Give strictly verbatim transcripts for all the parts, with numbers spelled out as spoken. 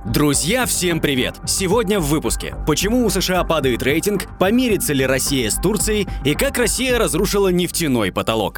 Друзья, всем привет! Сегодня в выпуске. Почему у США падает рейтинг, помирится ли Россия с Турцией и как Россия разрушила нефтяной потолок.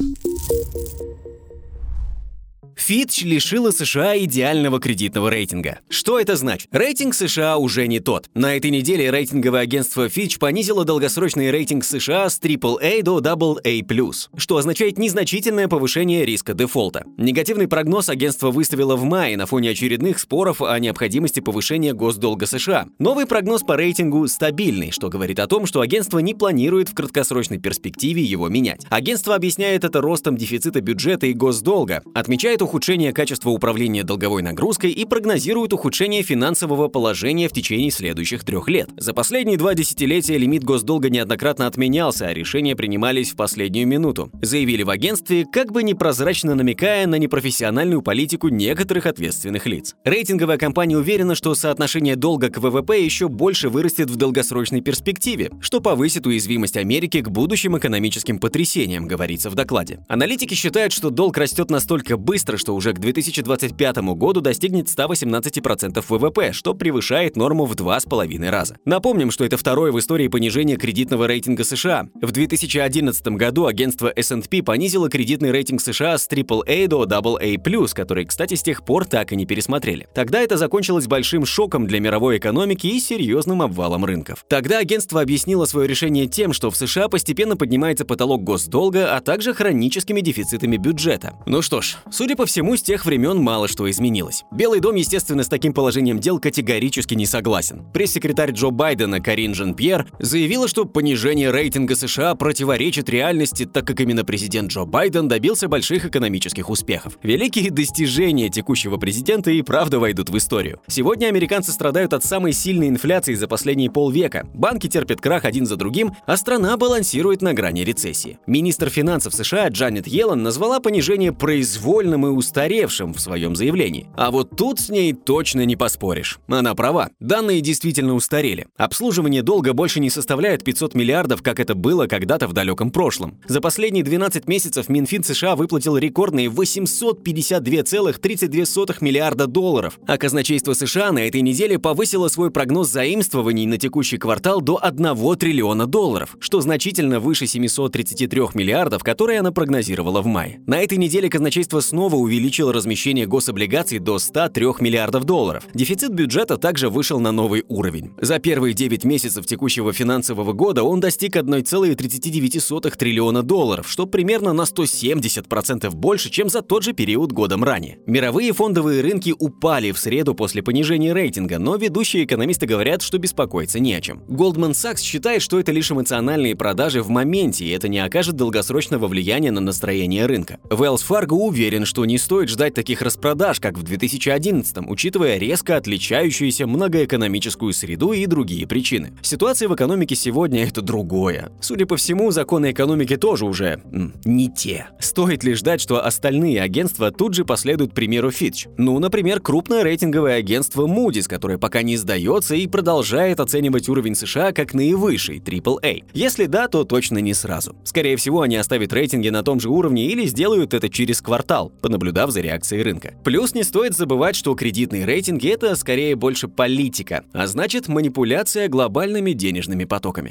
Фитч лишила США идеального кредитного рейтинга. Что это значит? Рейтинг США уже не тот. На этой неделе рейтинговое агентство Fitch понизило долгосрочный рейтинг США с трипл эй до дабл эй плюс, что означает незначительное повышение риска дефолта. Негативный прогноз агентство выставило в мае на фоне очередных споров о необходимости повышения госдолга США. Новый прогноз по рейтингу стабильный, что говорит о том, что агентство не планирует в краткосрочной перспективе его менять. Агентство объясняет это ростом дефицита бюджета и госдолга, отмечает ухудшение качества управления долговой нагрузкой и прогнозирует ухудшение финансового положения в течение следующих трех лет. За последние два десятилетия лимит госдолга неоднократно отменялся, а решения принимались в последнюю минуту. Заявили в агентстве, как бы непрозрачно намекая на непрофессиональную политику некоторых ответственных лиц. Рейтинговая компания уверена, что соотношение долга к вэ вэ пэ еще больше вырастет в долгосрочной перспективе, что повысит уязвимость Америки к будущим экономическим потрясениям, говорится в докладе. Аналитики считают, что долг растет настолько быстро, что уже к две тысячи двадцать пятому году достигнет ста восемнадцати процентов вэ вэ пэ, что превышает норму в два с половиной раза. Напомним, что это второе в истории понижение кредитного рейтинга США. В две тысячи одиннадцатом году агентство эс энд пи понизило кредитный рейтинг США с трипл эй до дабл эй плюс, который, кстати, с тех пор так и не пересмотрели. Тогда это закончилось большим шоком для мировой экономики и серьезным обвалом рынков. Тогда агентство объяснило свое решение тем, что в США постепенно поднимается потолок госдолга, а также хроническими дефицитами бюджета. Ну что ж, судя по всему, с тех времен мало что изменилось. Белый дом, естественно, с таким положением дел категорически не согласен. Пресс-секретарь Джо Байдена Карин Жан-Пьер заявила, что понижение рейтинга США противоречит реальности, так как именно президент Джо Байден добился больших экономических успехов. Великие достижения текущего президента и правда войдут в историю. Сегодня американцы страдают от самой сильной инфляции за последние полвека. Банки терпят крах один за другим, а страна балансирует на грани рецессии. Министр финансов США Джанет Йеллен назвала понижение произвольным и устаревшим в своем заявлении. А вот тут с ней точно не поспоришь. Она права. Данные действительно устарели. Обслуживание долга больше не составляет пятьсот миллиардов, как это было когда-то в далеком прошлом. За последние двенадцать месяцев Минфин США выплатил рекордные восемьсот пятьдесят два целых тридцать две сотых миллиарда долларов. А казначейство США на этой неделе повысило свой прогноз заимствований на текущий квартал до одного триллиона долларов, что значительно выше семисот тридцати трёх миллиардов, которые она прогнозировала в мае. На этой неделе казначейство снова увеличило размещение гособлигаций до ста трёх миллиардов долларов. Дефицит бюджета также вышел на новый уровень. За первые девять месяцев текущего финансового года он достиг одного целых тридцати девяти сотых триллиона долларов, что примерно на сто семьдесят процентов больше, чем за тот же период годом ранее. Мировые фондовые рынки упали в среду после понижения рейтинга, но ведущие экономисты говорят, что беспокоиться не о чем. Goldman Sachs считает, что это лишь эмоциональные продажи в моменте, и это не окажет долгосрочного влияния на настроение рынка. Wells Fargo уверен, что не стоит ждать таких распродаж, как в две тысячи одиннадцатом, учитывая резко отличающуюся многоэкономическую среду и другие причины. Ситуация в экономике сегодня – это другое. Судя по всему, законы экономики тоже уже м, не те. Стоит ли ждать, что остальные агентства тут же последуют примеру Fitch? Ну, например, крупное рейтинговое агентство Moody's, которое пока не сдается и продолжает оценивать уровень США как наивысший – трипл эй. Если да, то точно не сразу. Скорее всего, они оставят рейтинги на том же уровне или сделают это через квартал, понаблюдав за реакцией рынка. Плюс не стоит забывать, что кредитные рейтинги – это скорее больше политика, а значит манипуляция глобальными денежными потоками.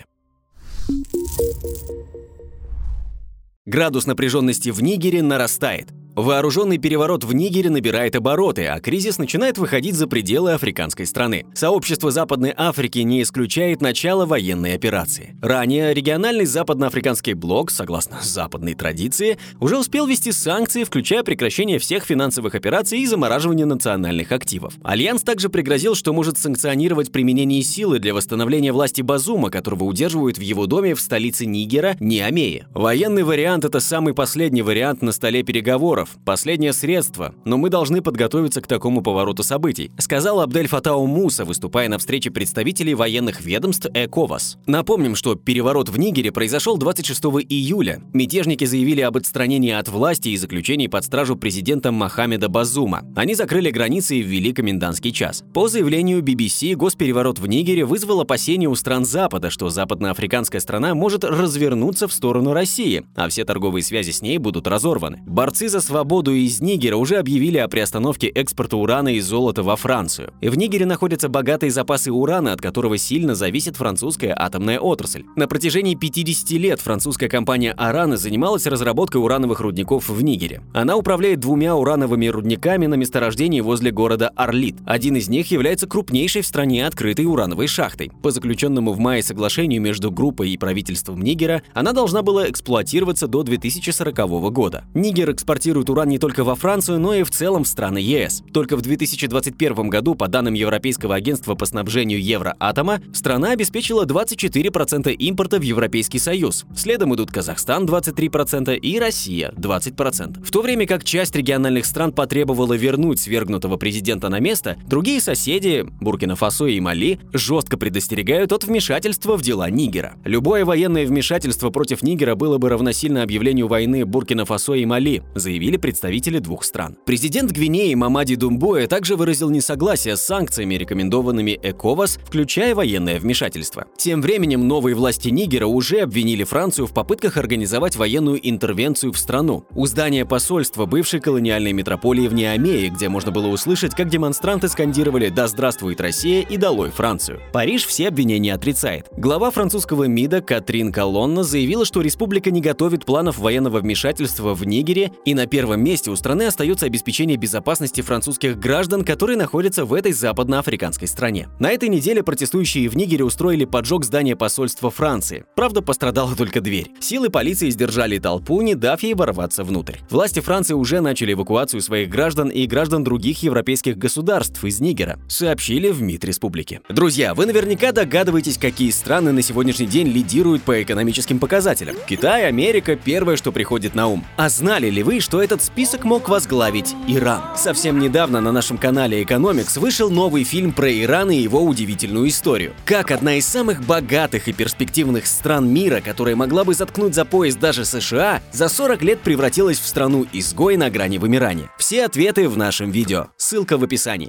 Градус напряженности в Нигере нарастает. Вооруженный переворот в Нигере набирает обороты, а кризис начинает выходить за пределы африканской страны. Сообщество Западной Африки не исключает начало военной операции. Ранее региональный западноафриканский блок, согласно западной традиции, уже успел ввести санкции, включая прекращение всех финансовых операций и замораживание национальных активов. Альянс также пригрозил, что может санкционировать применение силы для восстановления власти Базума, которого удерживают в его доме в столице Нигера Ниамее. Военный вариант – это самый последний вариант на столе переговоров. Последнее средство, но мы должны подготовиться к такому повороту событий, сказал Абдель Фатау Муса, выступая на встрече представителей военных ведомств ЭКОВАС. Напомним, что переворот в Нигере произошел двадцать шестого июля. Мятежники заявили об отстранении от власти и заключении под стражу президента Мохаммеда Базума. Они закрыли границы и ввели комендантский час. По заявлению би би си, госпереворот в Нигере вызвал опасения у стран Запада, что западноафриканская страна может развернуться в сторону России, а все торговые связи с ней будут разорваны. Борцы за свободу Свободу из Нигера уже объявили о приостановке экспорта урана и золота во Францию. И в Нигере находятся богатые запасы урана, от которого сильно зависит французская атомная отрасль. На протяжении пятидесяти лет французская компания Орано занималась разработкой урановых рудников в Нигере. Она управляет двумя урановыми рудниками на месторождении возле города Арлит. Один из них является крупнейшей в стране открытой урановой шахтой. По заключенному в мае соглашению между группой и правительством Нигера, она должна была эксплуатироваться до две тысячи сорокового года. Нигер экспортирует уран не только во Францию, но и в целом в страны ЕС. Только в две тысячи двадцать первом году, по данным Европейского агентства по снабжению Евроатома, страна обеспечила двадцать четыре процента импорта в Европейский Союз. Следом идут Казахстан двадцать три процента и Россия двадцать процентов. В то время как часть региональных стран потребовала вернуть свергнутого президента на место, другие соседи, Буркина-Фасо и Мали, жестко предостерегают от вмешательства в дела Нигера. Любое военное вмешательство против Нигера было бы равносильно объявлению войны Буркина-Фасо и Мали, заявили представители двух стран. Президент Гвинеи Мамади Думбуя также выразил несогласие с санкциями, рекомендованными ЭКОВАС, включая военное вмешательство. Тем временем новые власти Нигера уже обвинили Францию в попытках организовать военную интервенцию в страну. У здания посольства бывшей колониальной метрополии в Ниамее, где можно было услышать, как демонстранты скандировали «Да здравствует Россия» и «Долой Францию». Париж все обвинения отрицает. Глава французского МИДа Катрин Колонна заявила, что республика не готовит планов военного вмешательства в Нигере, и на первом месте у страны остается обеспечение безопасности французских граждан, которые находятся в этой западноафриканской стране. На этой неделе протестующие в Нигере устроили поджог здания посольства Франции. Правда, пострадала только дверь. Силы полиции сдержали толпу, не дав ей ворваться внутрь. Власти Франции уже начали эвакуацию своих граждан и граждан других европейских государств из Нигера, сообщили в МИД республики. Друзья, вы наверняка догадываетесь, какие страны на сегодняшний день лидируют по экономическим показателям. Китай, Америка – первое, что приходит на ум. А знали ли вы, что этот список мог возглавить Иран? Совсем недавно на нашем канале Economics вышел новый фильм про Иран и его удивительную историю. Как одна из самых богатых и перспективных стран мира, которая могла бы заткнуть за пояс даже США, за сорок лет превратилась в страну-изгой на грани вымирания. Все ответы в нашем видео. Ссылка в описании.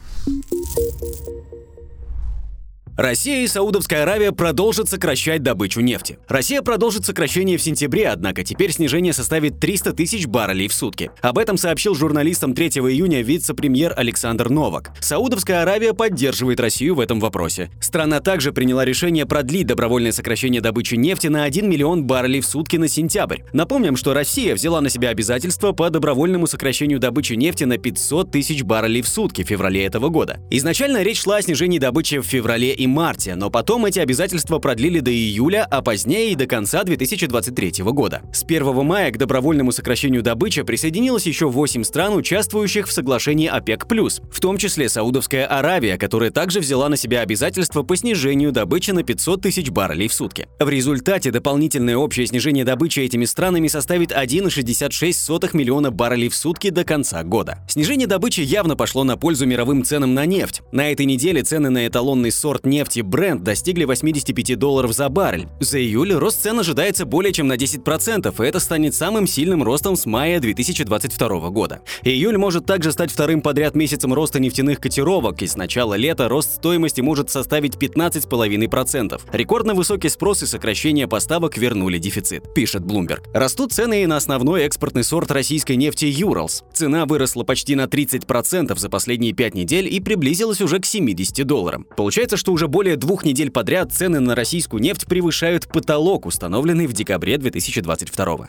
Россия и Саудовская Аравия продолжат сокращать добычу нефти. Россия продолжит сокращение в сентябре, однако теперь снижение составит триста тысяч баррелей в сутки. Об этом сообщил журналистам третьего июня вице-премьер Александр Новак. Саудовская Аравия поддерживает Россию в этом вопросе. Страна также приняла решение продлить добровольное сокращение добычи нефти на один миллион баррелей в сутки на сентябрь. Напомним, что Россия взяла на себя обязательства по добровольному сокращению добычи нефти на пятьсот тысяч баррелей в сутки в феврале этого года. Изначально речь шла о снижении добычи в феврале и марте, но потом эти обязательства продлили до июля, а позднее и до конца две тысячи двадцать третьего года. С первого мая к добровольному сокращению добычи присоединилось еще восемь стран, участвующих в соглашении ОПЕК+, в том числе Саудовская Аравия, которая также взяла на себя обязательства по снижению добычи на пятьсот тысяч баррелей в сутки. В результате дополнительное общее снижение добычи этими странами составит один целых шестьдесят шесть сотых миллиона баррелей в сутки до конца года. Снижение добычи явно пошло на пользу мировым ценам на нефть. На этой неделе цены на эталонный сорт нефти Brent достигли восьмидесяти пяти долларов за баррель. За июль рост цен ожидается более чем на десять процентов, и это станет самым сильным ростом с мая две тысячи двадцать второго года. Июль может также стать вторым подряд месяцем роста нефтяных котировок, и с начала лета рост стоимости может составить пятнадцать целых пять десятых процента. Рекордно высокий спрос и сокращение поставок вернули дефицит, пишет Bloomberg. Растут цены и на основной экспортный сорт российской нефти Urals. Цена выросла почти на тридцать процентов за последние пять недель и приблизилась уже к семидесяти долларам. Получается, что уже более двух недель подряд цены на российскую нефть превышают потолок, установленный в декабре две тысячи двадцать второго.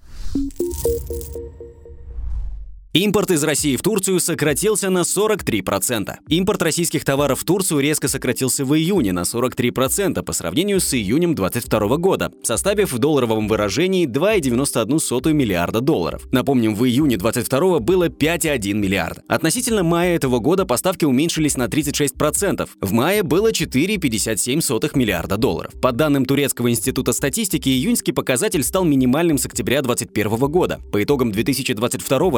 Импорт из России в Турцию сократился на сорок три процента. Импорт российских товаров в Турцию резко сократился в июне на сорок три процента по сравнению с июнем две тысячи двадцать второго года, составив в долларовом выражении два целых девяносто одну сотую миллиарда долларов. Напомним, в июне две тысячи двадцать второго было пять целых одна десятая миллиарда. Относительно мая этого года поставки уменьшились на тридцать шесть процентов. В мае было четыре целых пятьдесят семь сотых миллиарда долларов. По данным Турецкого института статистики, июньский показатель стал минимальным с октября две тысячи двадцать первого года. По итогам две тысячи двадцать второго Россия увеличила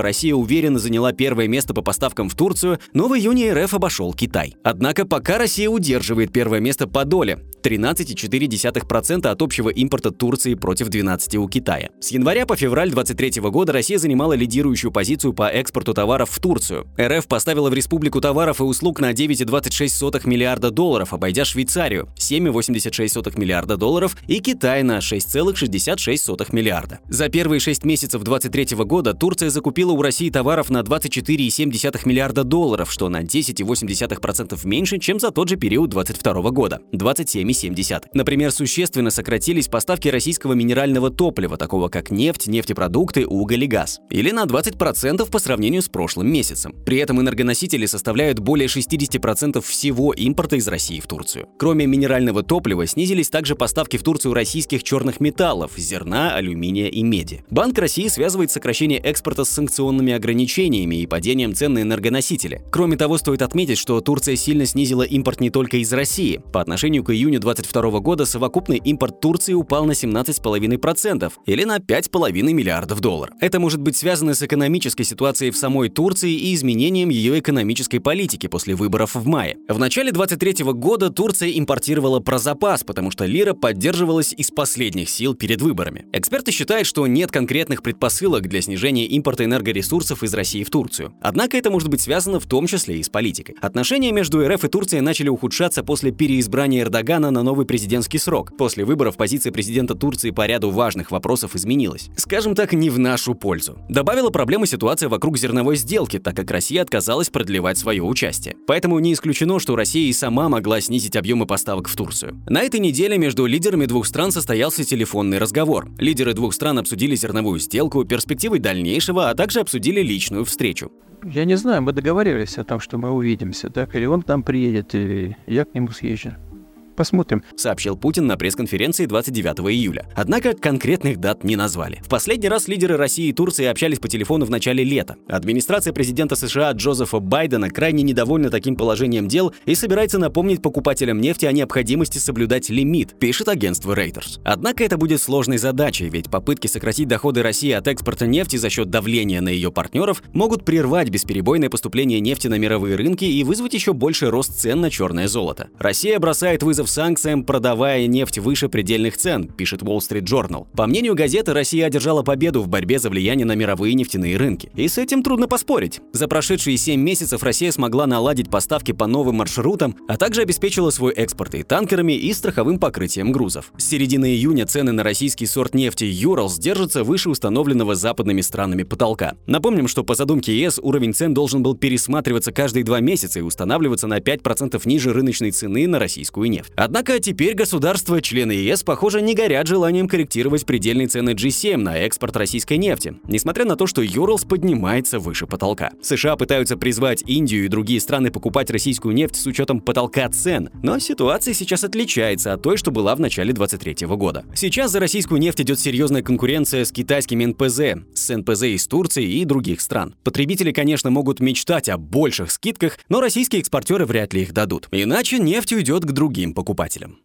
уверенно заняла первое место по поставкам в Турцию, но в июне эр эф обошел Китай. Однако пока Россия удерживает первое место по доле – тринадцать целых четыре десятых процента от общего импорта Турции против двенадцати процентов у Китая. С января по февраль две тысячи двадцать третьего года Россия занимала лидирующую позицию по экспорту товаров в Турцию. эр эф поставила в республику товаров и услуг на девять целых двадцать шесть сотых миллиарда долларов, обойдя Швейцарию – семь целых восемьдесят шесть сотых миллиарда долларов и Китай на шесть целых шестьдесят шесть сотых миллиарда. За первые шесть месяцев две тысячи двадцать третьего года Турция закупила у России товаров на двадцать четыре целых семь десятых миллиарда долларов, что на десять целых восемь десятых процента меньше, чем за тот же период две тысячи двадцать второго года – двадцать семь целых семь десятых. Например, существенно сократились поставки российского минерального топлива, такого как нефть, нефтепродукты, уголь и газ, или на двадцать процентов по сравнению с прошлым месяцем. При этом энергоносители составляют более шестидесяти процентов всего импорта из России в Турцию. Кроме минерального топлива, снизились также поставки в Турцию российских черных металлов, зерна, алюминия и меди. Банк России связывает сокращение экспорта с санкционными ограничениями и падением цен на энергоносители. Кроме того, стоит отметить, что Турция сильно снизила импорт не только из России. По отношению к июню две тысячи двадцать второго года совокупный импорт Турции упал на семнадцать целых пять десятых процента или на пять целых пять десятых миллиардов долларов. Это может быть связано с экономической ситуацией в самой Турции и изменением ее экономической политики после выборов в мае. В начале две тысячи двадцать третьего года Турция импортировала про запас, потому что лира поддерживалась из последних сил перед выборами. Эксперты считают, что нет конкретных предпосылок для снижения импорта энергоресурсов из России в Турцию. Однако это может быть связано в том числе и с политикой. Отношения между эр эф и Турцией начали ухудшаться после переизбрания Эрдогана на новый президентский срок. После выборов позиция президента Турции по ряду важных вопросов изменилась. Скажем так, не в нашу пользу. Добавила проблемы ситуация вокруг зерновой сделки, так как Россия отказалась продлевать свое участие. Поэтому не исключено, что Россия и сама могла снизить объемы поставок в Турцию. На этой неделе между лидерами двух стран состоялся телефонный разговор. Лидеры двух стран обсудили зерновую сделку, перспективы дальнейшего, а также обсудили личную встречу. Я не знаю, мы договаривались о том, что мы увидимся, так? Или он к нам приедет, или я к нему съезжу. Посмотрим, сообщил Путин на пресс-конференции двадцать девятого июля. Однако конкретных дат не назвали. В последний раз лидеры России и Турции общались по телефону в начале лета. Администрация президента США Джозефа Байдена крайне недовольна таким положением дел и собирается напомнить покупателям нефти о необходимости соблюдать лимит, пишет агентство Reuters. Однако это будет сложной задачей, ведь попытки сократить доходы России от экспорта нефти за счет давления на ее партнеров могут прервать бесперебойное поступление нефти на мировые рынки и вызвать еще больший рост цен на черное золото. Россия бросает вызов санкциям, продавая нефть выше предельных цен, пишет Wall Street Journal. По мнению газеты, Россия одержала победу в борьбе за влияние на мировые нефтяные рынки. И с этим трудно поспорить. За прошедшие семь месяцев Россия смогла наладить поставки по новым маршрутам, а также обеспечила свой экспорт и танкерами, и страховым покрытием грузов. С середины июня цены на российский сорт нефти Urals держатся выше установленного западными странами потолка. Напомним, что по задумке ЕС уровень цен должен был пересматриваться каждые два месяца и устанавливаться на пять процентов ниже рыночной цены на российскую нефть. Однако теперь государства, члены ЕС, похоже, не горят желанием корректировать предельные цены джи семь на экспорт российской нефти, несмотря на то, что Urals поднимается выше потолка. США пытаются призвать Индию и другие страны покупать российскую нефть с учетом потолка цен, но ситуация сейчас отличается от той, что была в начале две тысячи двадцать третьего года. Сейчас за российскую нефть идет серьезная конкуренция с китайским эн пэ зэ, с эн пэ зэ из Турции и других стран. Потребители, конечно, могут мечтать о больших скидках, но российские экспортеры вряд ли их дадут. Иначе нефть уйдет к другим покупателям.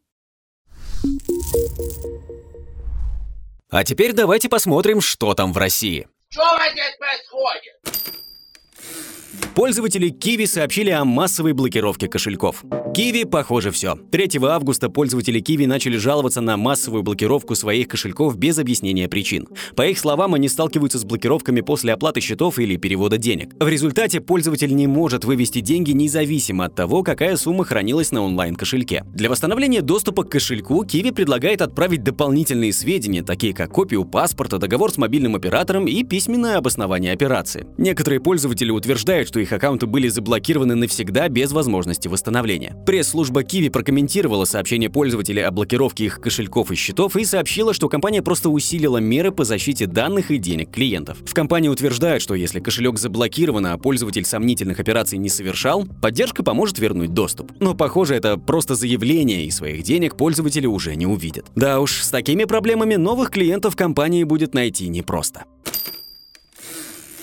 А теперь давайте посмотрим, что там в России. Что здесь происходит? Пользователи Kiwi сообщили о массовой блокировке кошельков. Kiwi, похоже, все. третьего августа пользователи Kiwi начали жаловаться на массовую блокировку своих кошельков без объяснения причин. По их словам, они сталкиваются с блокировками после оплаты счетов или перевода денег. В результате пользователь не может вывести деньги независимо от того, какая сумма хранилась на онлайн-кошельке. Для восстановления доступа к кошельку Kiwi предлагает отправить дополнительные сведения, такие как копию паспорта, договор с мобильным оператором и письменное обоснование операции. Некоторые пользователи утверждают, что их аккаунты были заблокированы навсегда без возможности восстановления. Пресс-служба Kiwi прокомментировала сообщение пользователей о блокировке их кошельков и счетов и сообщила, что компания просто усилила меры по защите данных и денег клиентов. В компании утверждают, что если кошелек заблокирован, а пользователь сомнительных операций не совершал, поддержка поможет вернуть доступ. Но, похоже, это просто заявление, и своих денег пользователи уже не увидят. Да уж, с такими проблемами новых клиентов компании будет найти непросто.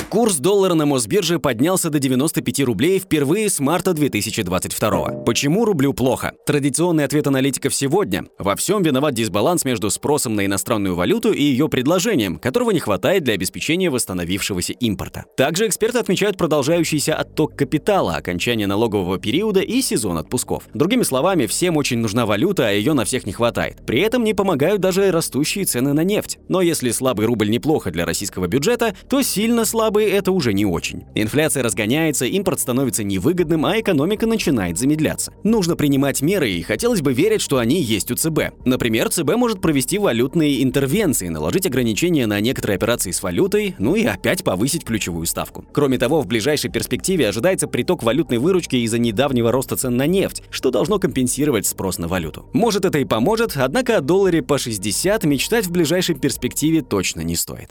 Курс доллара на Мосбирже поднялся до девяноста пяти рублей впервые с марта две тысячи двадцать второго. Почему рублю плохо? Традиционный ответ аналитиков сегодня: во всем виноват дисбаланс между спросом на иностранную валюту и ее предложением, которого не хватает для обеспечения восстановившегося импорта. Также эксперты отмечают продолжающийся отток капитала, окончание налогового периода и сезон отпусков. Другими словами, всем очень нужна валюта, а ее на всех не хватает. При этом не помогают даже растущие цены на нефть. Но если слабый рубль неплохо для российского бюджета, то сильно слабый это уже не очень. Инфляция разгоняется, импорт становится невыгодным, а экономика начинает замедляться. Нужно принимать меры, и хотелось бы верить, что они есть у ЦБ. Например, ЦБ может провести валютные интервенции, наложить ограничения на некоторые операции с валютой, ну и опять повысить ключевую ставку. Кроме того, в ближайшей перспективе ожидается приток валютной выручки из-за недавнего роста цен на нефть, что должно компенсировать спрос на валюту. Может, это и поможет, однако о долларе по шестьдесят мечтать в ближайшей перспективе точно не стоит.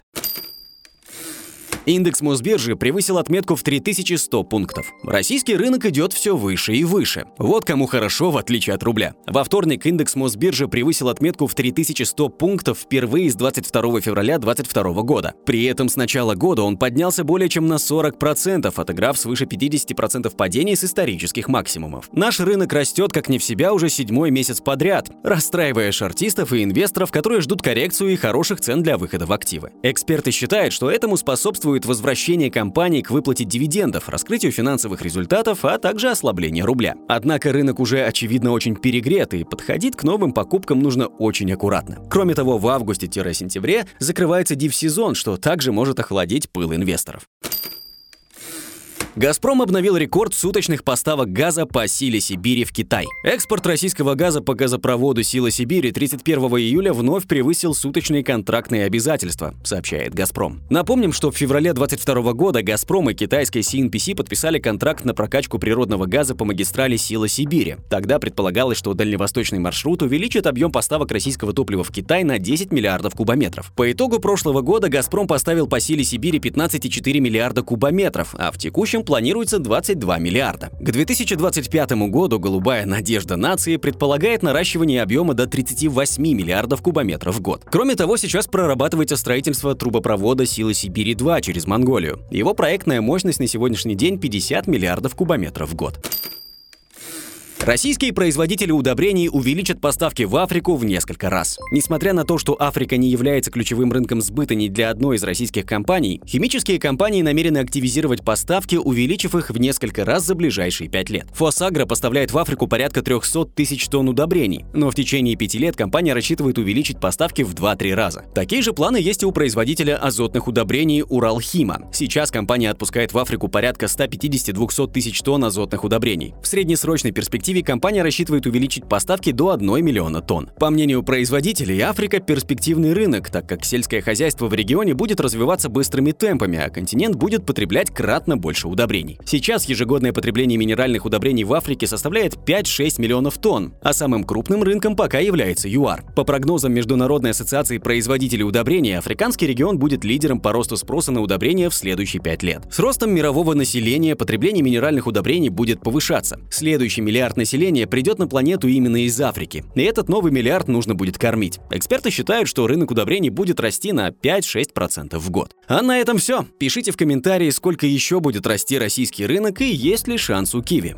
Индекс Мосбиржи превысил отметку в три тысячи сто пунктов. Российский рынок идет все выше и выше. Вот кому хорошо, в отличие от рубля. Во вторник индекс Мосбиржи превысил отметку в три тысячи сто пунктов впервые с двадцать второго февраля две тысячи двадцать второго года. При этом с начала года он поднялся более чем на сорок процентов, отыграв свыше пятидесяти процентов падений с исторических максимумов. Наш рынок растет как не в себя уже седьмой месяц подряд, расстраивая шортистов и инвесторов, которые ждут коррекцию и хороших цен для выхода в активы. Эксперты считают, что этому способствует возвращение компаний к выплате дивидендов, раскрытию финансовых результатов, а также ослабление рубля. Однако рынок уже, очевидно, очень перегрет, и подходить к новым покупкам нужно очень аккуратно. Кроме того, в августе-сентябре закрывается див-сезон, что также может охладить пыл инвесторов. «Газпром» обновил рекорд суточных поставок газа по Силе Сибири в Китай. Экспорт российского газа по газопроводу «Сила Сибири» тридцать первого июля вновь превысил суточные контрактные обязательства, сообщает «Газпром». Напомним, что в феврале двадцать второго года «Газпром» и китайская си эн пи си подписали контракт на прокачку природного газа по магистрали «Сила Сибири». Тогда предполагалось, что дальневосточный маршрут увеличит объем поставок российского топлива в Китай на десять миллиардов кубометров. По итогу прошлого года «Газпром» поставил по «Силе Сибири» пятнадцать целых четыре десятых миллиарда кубометров, а в текущем планируется двадцать два миллиарда. К две тысячи двадцать пятому году «Голубая надежда нации» предполагает наращивание объема до тридцати восьми миллиардов кубометров в год. Кроме того, сейчас прорабатывается строительство трубопровода «Сила Сибири-два» через Монголию. Его проектная мощность на сегодняшний день пятьдесят миллиардов кубометров в год. Российские производители удобрений увеличат поставки в Африку в несколько раз. Несмотря на то, что Африка не является ключевым рынком сбыта ни для одной из российских компаний, химические компании намерены активизировать поставки, увеличив их в несколько раз за ближайшие пять лет. «Фосагро» поставляет в Африку порядка трехсот тысяч тонн удобрений, но в течение пяти лет компания рассчитывает увеличить поставки в два-три раза. Такие же планы есть и у производителя азотных удобрений «Уралхима». Сейчас компания отпускает в Африку порядка ста пятидесяти — двухсот тысяч тонн азотных удобрений. В среднесрочной перспективе компания рассчитывает увеличить поставки до одного миллиона тонн. По мнению производителей, Африка – перспективный рынок, так как сельское хозяйство в регионе будет развиваться быстрыми темпами, а континент будет потреблять кратно больше удобрений. Сейчас ежегодное потребление минеральных удобрений в Африке составляет пять-шесть миллионов тонн, а самым крупным рынком пока является ЮАР. По прогнозам Международной ассоциации производителей удобрений, африканский регион будет лидером по росту спроса на удобрения в следующие пять лет. С ростом мирового населения потребление минеральных удобрений будет повышаться. Следующий миллиард населения придет на планету именно из Африки, и этот новый миллиард нужно будет кормить. Эксперты считают, что рынок удобрений будет расти на пять-шесть процентов в год. А на этом все. Пишите в комментарии, сколько еще будет расти российский рынок и есть ли шанс у киви.